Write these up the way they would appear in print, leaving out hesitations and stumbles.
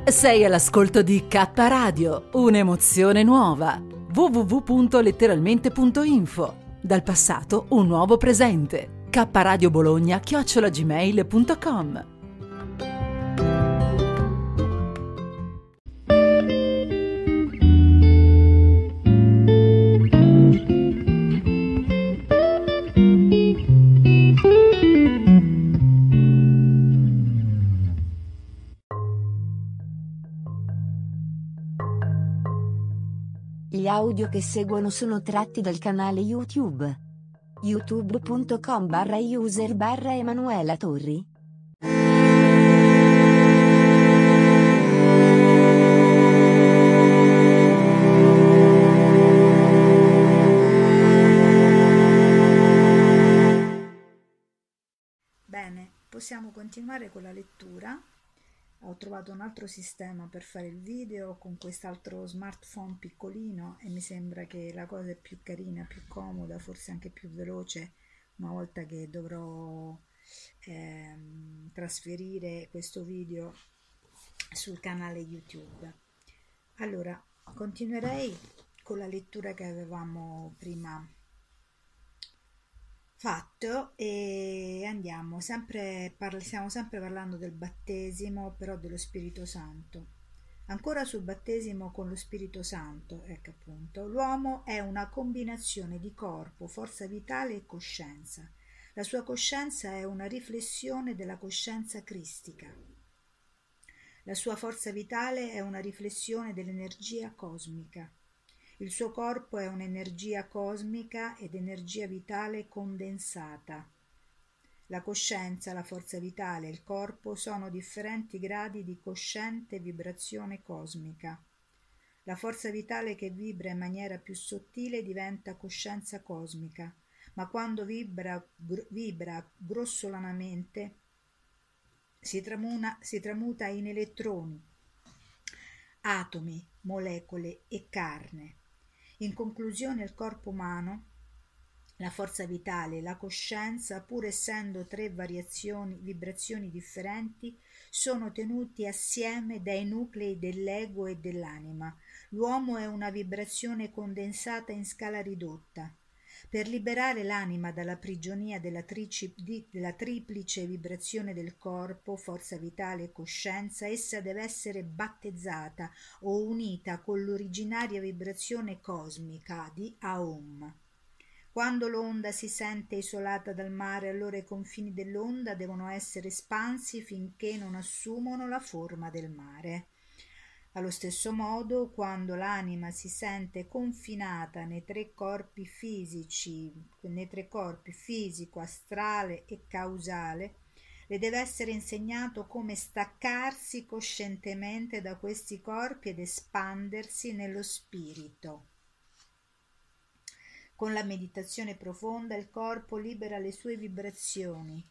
Sei all'ascolto di K Radio, un'emozione nuova. www.letteralmente.info. Dal passato un nuovo presente. kradiobologna@gmail.com. Gli audio che seguono sono tratti dal canale YouTube youtube.com/user/Emanuela Torri. Bene, possiamo continuare con la lettura. Ho trovato un altro sistema per fare il video con quest'altro smartphone piccolino e mi sembra che la cosa è più carina, più comoda, forse anche più veloce una volta che dovrò trasferire questo video sul canale YouTube. Allora, continuerei con la lettura che avevamo prima fatto e andiamo stiamo sempre parlando del battesimo, però dello Spirito Santo. Ancora sul battesimo con lo Spirito Santo, ecco appunto, l'uomo è una combinazione di corpo, forza vitale e coscienza. La sua coscienza è una riflessione della coscienza cristica. La sua forza vitale è una riflessione dell'energia cosmica. Il suo corpo è un'energia cosmica ed energia vitale condensata. La coscienza, la forza vitale e il corpo sono differenti gradi di cosciente vibrazione cosmica. La forza vitale che vibra in maniera più sottile diventa coscienza cosmica, ma quando vibra grossolanamente si tramuta in elettroni, atomi, molecole e carne. In conclusione, il corpo umano, la forza vitale e la coscienza, pur essendo tre vibrazioni differenti, sono tenuti assieme dai nuclei dell'ego e dell'anima. L'uomo è una vibrazione condensata in scala ridotta. Per liberare l'anima dalla prigionia della triplice vibrazione del corpo, forza vitale e coscienza, essa deve essere battezzata o unita con l'originaria vibrazione cosmica di Aum. Quando l'onda si sente isolata dal mare, allora i confini dell'onda devono essere espansi finché non assumono la forma del mare. Allo stesso modo, quando l'anima si sente confinata nei tre corpi fisico, astrale e causale, le deve essere insegnato come staccarsi coscientemente da questi corpi ed espandersi nello spirito. Con la meditazione profonda il corpo libera le sue vibrazioni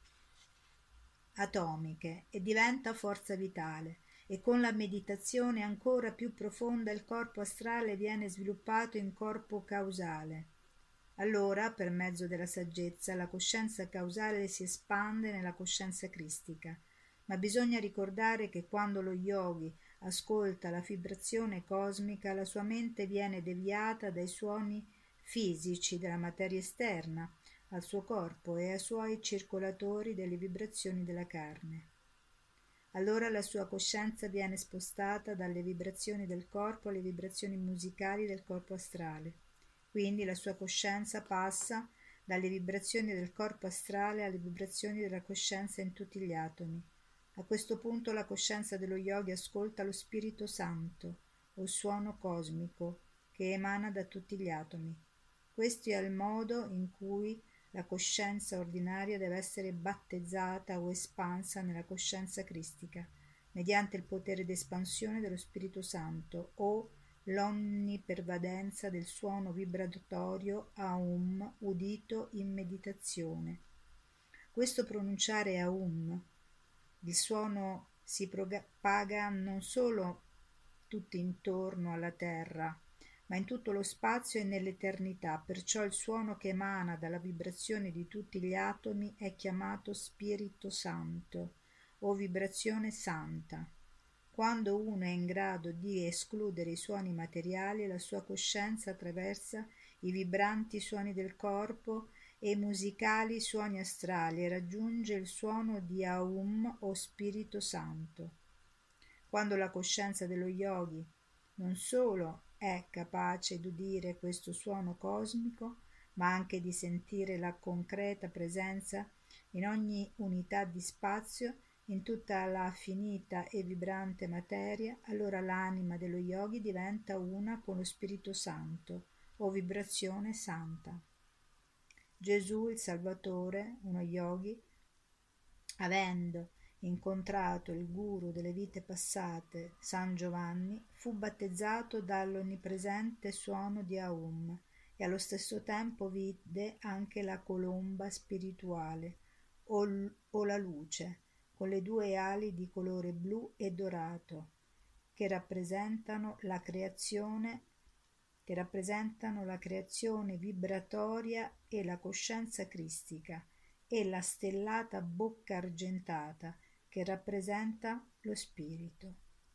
atomiche e diventa forza vitale, e con la meditazione ancora più profonda il corpo astrale viene sviluppato in corpo causale. Allora, per mezzo della saggezza, la coscienza causale si espande nella coscienza cristica. Ma bisogna ricordare che quando lo yogi ascolta la vibrazione cosmica, la sua mente viene deviata dai suoni fisici della materia esterna al suo corpo e ai suoi circolatori delle vibrazioni della carne. Allora la sua coscienza viene spostata dalle vibrazioni del corpo alle vibrazioni musicali del corpo astrale. Quindi la sua coscienza passa dalle vibrazioni del corpo astrale alle vibrazioni della coscienza in tutti gli atomi. A questo punto la coscienza dello yogi ascolta lo Spirito Santo, o suono cosmico, che emana da tutti gli atomi. Questo è il modo in cui la coscienza ordinaria deve essere battezzata o espansa nella coscienza cristica, mediante il potere d'espansione dello Spirito Santo o l'onnipervadenza del suono vibratorio Aum udito in meditazione. Questo pronunciare Aum, il suono si propaga non solo tutto intorno alla terra, ma in tutto lo spazio e nell'eternità, perciò il suono che emana dalla vibrazione di tutti gli atomi è chiamato Spirito Santo o vibrazione santa. Quando uno è in grado di escludere i suoni materiali, la sua coscienza attraversa i vibranti suoni del corpo e i musicali suoni astrali e raggiunge il suono di Aum o Spirito Santo. Quando la coscienza dello yogi non solo è capace di udire questo suono cosmico, ma anche di sentire la concreta presenza in ogni unità di spazio, in tutta la finita e vibrante materia, allora l'anima dello yogi diventa una con lo Spirito Santo o vibrazione santa. Gesù il Salvatore, uno yogi, avendo incontrato il guru delle vite passate, San Giovanni, fu battezzato dall'onnipresente suono di Aum e allo stesso tempo vide anche la colomba spirituale o la luce con le due ali di colore blu e dorato che rappresentano la creazione vibratoria e la coscienza cristica, e la stellata bocca argentata che rappresenta lo spirito.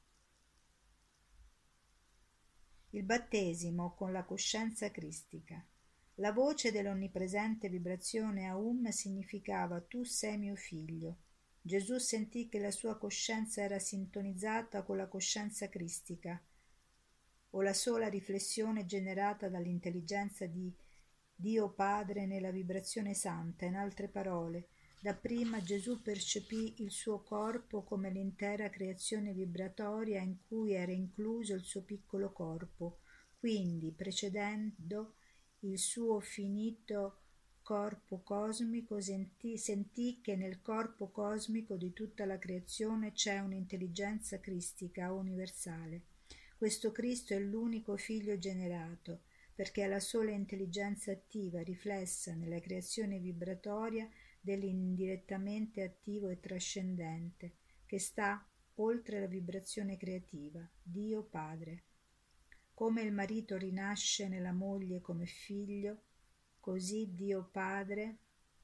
Il battesimo con la coscienza cristica. La voce dell'onnipresente vibrazione Aum significava: tu sei mio figlio. Gesù sentì che la sua coscienza era sintonizzata con la coscienza cristica, o la sola riflessione generata dall'intelligenza di Dio Padre nella vibrazione santa. In altre parole, dapprima Gesù percepì il suo corpo come l'intera creazione vibratoria in cui era incluso il suo piccolo corpo, quindi precedendo il suo finito corpo cosmico sentì che nel corpo cosmico di tutta la creazione c'è un'intelligenza cristica universale. Questo Cristo è l'unico figlio generato, perché è la sola intelligenza attiva riflessa nella creazione vibratoria dell'indirettamente attivo e trascendente, che sta oltre la vibrazione creativa, Dio Padre. Come il marito rinasce nella moglie come figlio, così Dio Padre,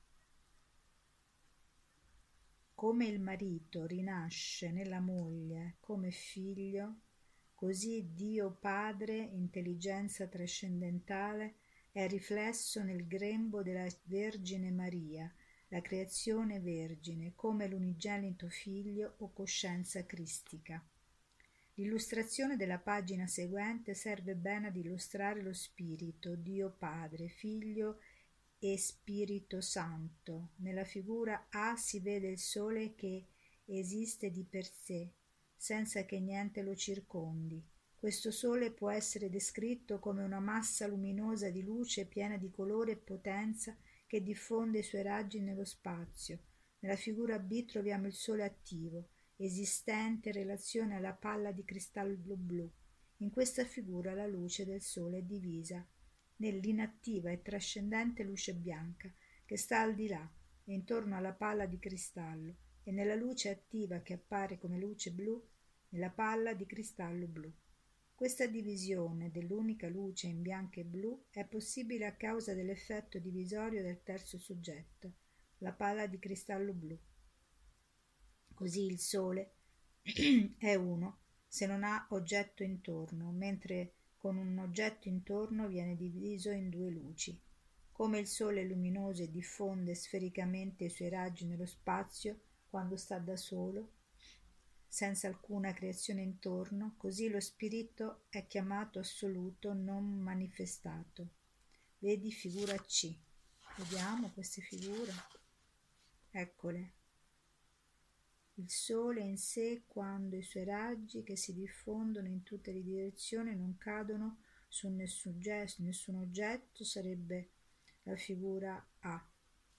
come il marito rinasce nella moglie come figlio, così Dio Padre, intelligenza trascendentale, è riflesso nel grembo della Vergine Maria, la creazione vergine, come l'unigenito figlio o coscienza cristica. L'illustrazione della pagina seguente serve bene ad illustrare lo Spirito, Dio Padre, Figlio e Spirito Santo. Nella figura A si vede il Sole che esiste di per sé, senza che niente lo circondi. Questo Sole può essere descritto come una massa luminosa di luce piena di colore e potenza che diffonde i suoi raggi nello spazio. Nella figura B troviamo il Sole attivo, esistente in relazione alla palla di cristallo blu. In questa figura la luce del Sole è divisa nell'inattiva e trascendente luce bianca che sta al di là e intorno alla palla di cristallo, e nella luce attiva che appare come luce blu nella palla di cristallo blu. Questa divisione dell'unica luce in bianco e blu è possibile a causa dell'effetto divisorio del terzo soggetto, la palla di cristallo blu. Così il Sole è uno se non ha oggetto intorno, mentre con un oggetto intorno viene diviso in due luci. Come il Sole è luminoso e diffonde sfericamente i suoi raggi nello spazio quando sta da solo, senza alcuna creazione intorno, così lo spirito è chiamato assoluto non manifestato. Vedi figura C. Vediamo queste figure. Eccole. Il Sole in sé, quando i suoi raggi che si diffondono in tutte le direzioni non cadono su nessun oggetto, sarebbe la figura A.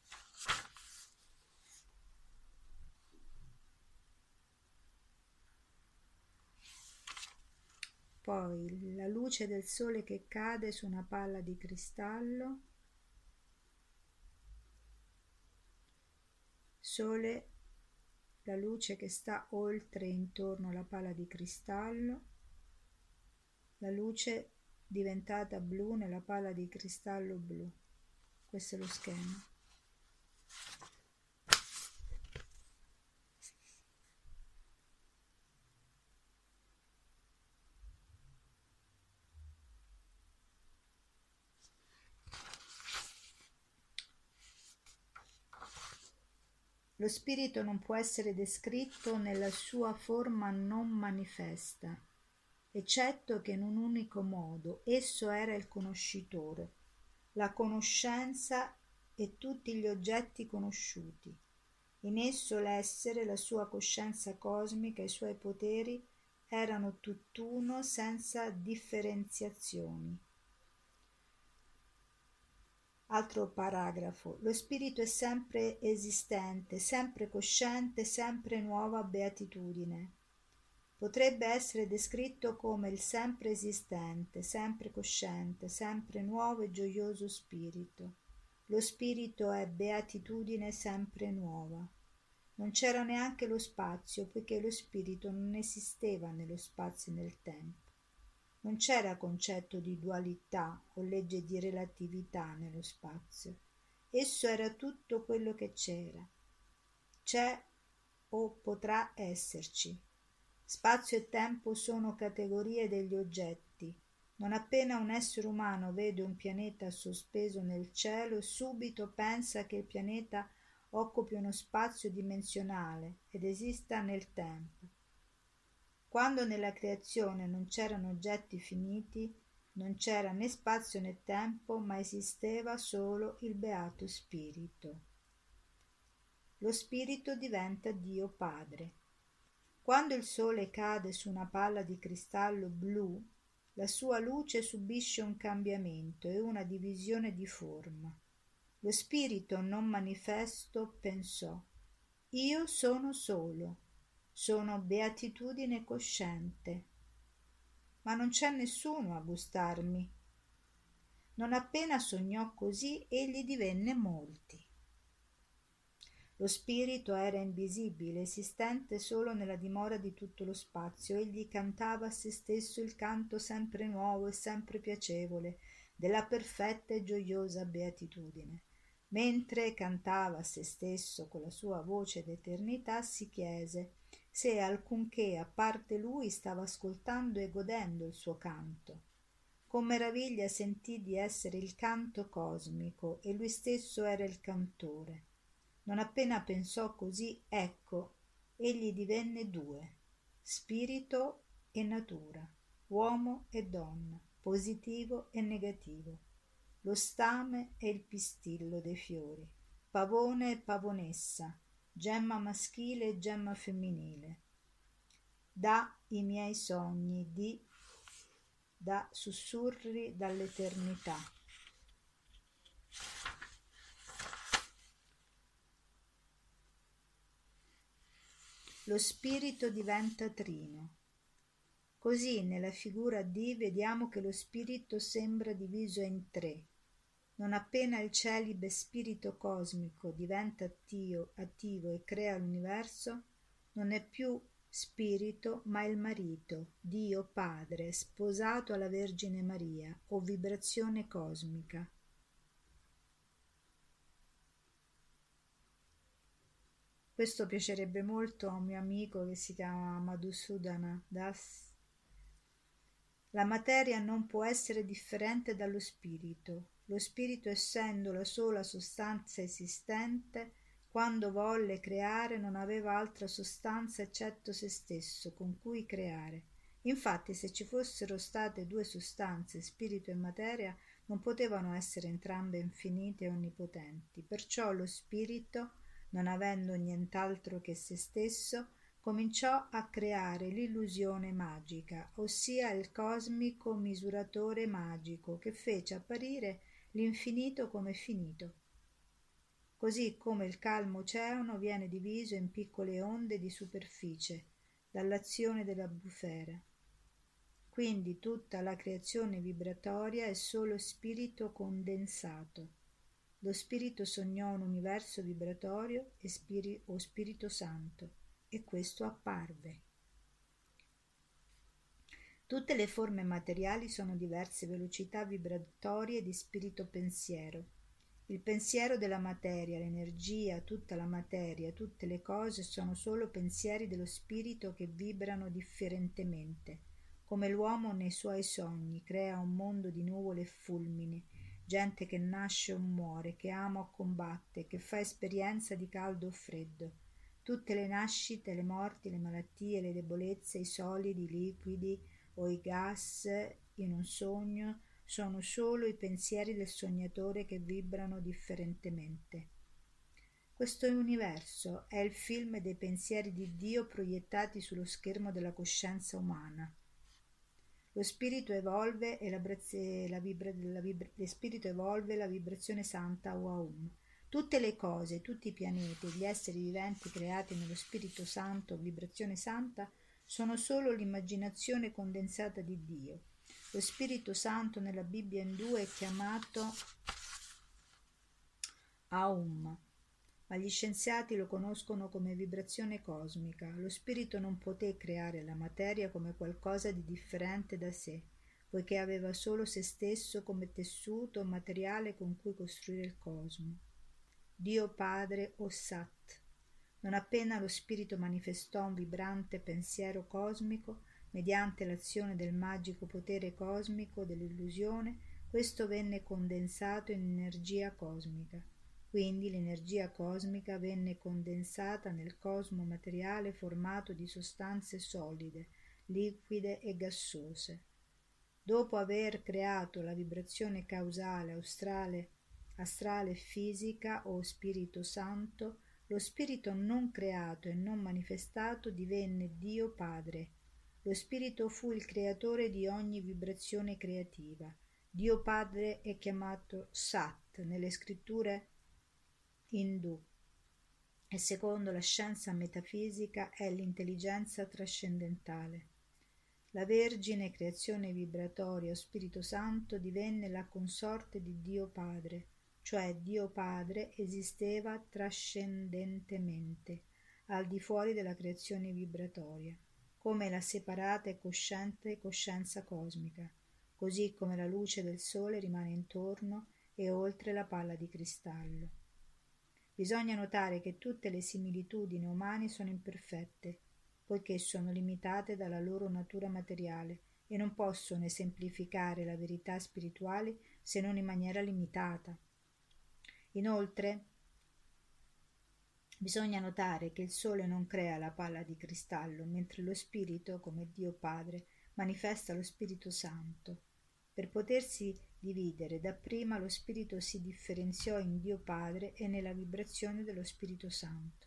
Poi la luce del Sole che cade su una palla di cristallo. Sole, la luce che sta oltre e intorno alla palla di cristallo, la luce diventata blu nella palla di cristallo blu. Questo è lo schema. Lo spirito non può essere descritto nella sua forma non manifesta, eccetto che in un unico modo. Esso era il conoscitore, la conoscenza e tutti gli oggetti conosciuti. In esso l'essere, la sua coscienza cosmica, i suoi poteri erano tutt'uno senza differenziazioni. Altro paragrafo. Lo spirito è sempre esistente, sempre cosciente, sempre nuova beatitudine. Potrebbe essere descritto come il sempre esistente, sempre cosciente, sempre nuovo e gioioso spirito. Lo spirito è beatitudine sempre nuova. Non c'era neanche lo spazio, poiché lo spirito non esisteva nello spazio e nel tempo. Non c'era concetto di dualità o legge di relatività nello spazio. Esso era tutto quello che c'è o potrà esserci. Spazio e tempo sono categorie degli oggetti. Non appena un essere umano vede un pianeta sospeso nel cielo, subito pensa che il pianeta occupi uno spazio dimensionale ed esista nel tempo. Quando nella creazione non c'erano oggetti finiti, non c'era né spazio né tempo, ma esisteva solo il Beato Spirito. Lo Spirito diventa Dio Padre. Quando il sole cade su una palla di cristallo blu, la sua luce subisce un cambiamento e una divisione di forma. Lo spirito non manifesto pensò: io sono solo, sono beatitudine cosciente, ma non c'è nessuno a gustarmi. Non appena sognò così, egli divenne molti. Lo spirito era invisibile, esistente solo nella dimora di tutto lo spazio. Egli cantava a se stesso il canto sempre nuovo e sempre piacevole della perfetta e gioiosa beatitudine. Mentre cantava a se stesso con la sua voce d'eternità, si chiese se alcunché a parte lui stava ascoltando e godendo il suo canto. Con meraviglia sentì di essere il canto cosmico e lui stesso era il cantore. Non appena pensò così, ecco, egli divenne due, spirito e natura, uomo e donna, positivo e negativo, lo stame e il pistillo dei fiori, pavone e pavonessa, gemma maschile e gemma femminile. Da i miei sogni da sussurri dall'eternità. Lo spirito diventa trino. Così nella figura D vediamo che lo spirito sembra diviso in tre. Non appena il celibe spirito cosmico diventa attivo e crea l'universo, non è più spirito ma il marito, Dio Padre, sposato alla Vergine Maria, o vibrazione cosmica. Questo piacerebbe molto a un mio amico che si chiama Madhusudana Das. La materia non può essere differente dallo spirito. Lo spirito, essendo la sola sostanza esistente, quando volle creare non aveva altra sostanza eccetto se stesso con cui creare. Infatti, se ci fossero state due sostanze, spirito e materia, non potevano essere entrambe infinite e onnipotenti. Perciò lo spirito, non avendo nient'altro che se stesso, cominciò a creare l'illusione magica, ossia il cosmico misuratore magico che fece apparire l'infinito come finito. Così come il calmo oceano viene diviso in piccole onde di superficie dall'azione della bufera. Quindi tutta la creazione vibratoria è solo spirito condensato. Lo spirito sognò un universo vibratorio o spirito santo, e questo apparve. Tutte le forme materiali sono diverse velocità vibratorie di spirito pensiero. Il pensiero della materia, l'energia, tutta la materia, tutte le cose sono solo pensieri dello spirito che vibrano differentemente, come l'uomo nei suoi sogni crea un mondo di nuvole e fulmini, gente che nasce o muore, che ama o combatte, che fa esperienza di caldo o freddo. Tutte le nascite, le morti, le malattie, le debolezze, i solidi, i liquidi o i gas in un sogno sono solo i pensieri del sognatore che vibrano differentemente. Questo universo è il film dei pensieri di Dio proiettati sullo schermo della coscienza umana. Lo spirito evolve e la vibrazione santa o Aum. Tutte le cose, tutti i pianeti, gli esseri viventi creati nello Spirito Santo o vibrazione santa sono solo l'immaginazione condensata di Dio. Lo Spirito Santo nella Bibbia indù è chiamato Aum, ma gli scienziati lo conoscono come vibrazione cosmica. Lo spirito non poté creare la materia come qualcosa di differente da sé, poiché aveva solo se stesso come tessuto materiale con cui costruire il cosmo. Dio Padre o Sat. Non appena lo spirito manifestò un vibrante pensiero cosmico, mediante l'azione del magico potere cosmico dell'illusione, questo venne condensato in energia cosmica. Quindi l'energia cosmica venne condensata nel cosmo materiale formato di sostanze solide, liquide e gassose. Dopo aver creato la vibrazione causale astrale fisica o Spirito Santo, lo spirito non creato e non manifestato divenne Dio Padre. Lo spirito fu il creatore di ogni vibrazione creativa. Dio Padre è chiamato Sat nelle scritture indù e secondo la scienza metafisica è l'intelligenza trascendentale. La Vergine, creazione vibratoria o Spirito Santo, divenne la consorte di Dio Padre, cioè Dio Padre esisteva trascendentemente, al di fuori della creazione vibratoria, come la separata e cosciente coscienza cosmica, così come la luce del sole rimane intorno e oltre la palla di cristallo. Bisogna notare che tutte le similitudini umane sono imperfette, poiché sono limitate dalla loro natura materiale e non possono esemplificare la verità spirituale se non in maniera limitata. Inoltre, bisogna notare che il Sole non crea la palla di cristallo, mentre lo Spirito, come Dio Padre, manifesta lo Spirito Santo. Per potersi dividere, dapprima lo Spirito si differenziò in Dio Padre e nella vibrazione dello Spirito Santo.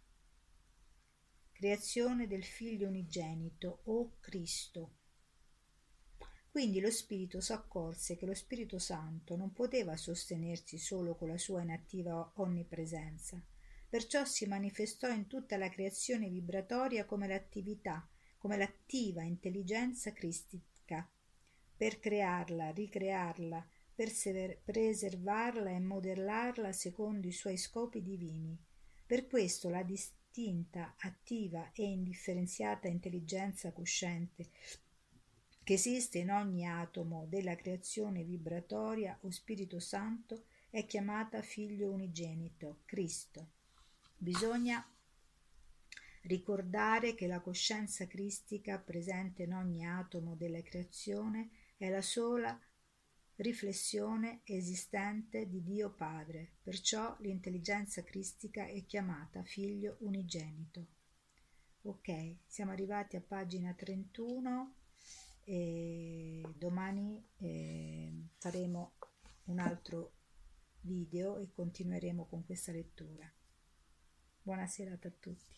Creazione del Figlio unigenito o Cristo. Quindi lo Spirito s'accorse che lo Spirito Santo non poteva sostenersi solo con la sua inattiva onnipresenza, perciò si manifestò in tutta la creazione vibratoria come l'attiva intelligenza cristica, per crearla, ricrearla, preservarla e modellarla secondo i suoi scopi divini. Per questo la distinta, attiva e indifferenziata intelligenza cosciente che esiste in ogni atomo della creazione vibratoria o Spirito Santo è chiamata Figlio unigenito, Cristo. Bisogna ricordare che la coscienza cristica presente in ogni atomo della creazione è la sola riflessione esistente di Dio Padre, perciò l'intelligenza cristica è chiamata Figlio unigenito. Ok, siamo arrivati a pagina 31 e domani faremo un altro video e continueremo con questa lettura. Buona serata a tutti.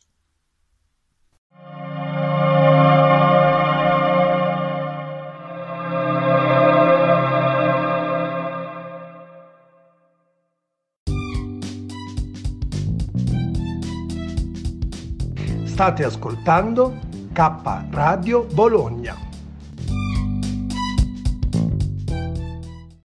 State ascoltando K Radio Bologna.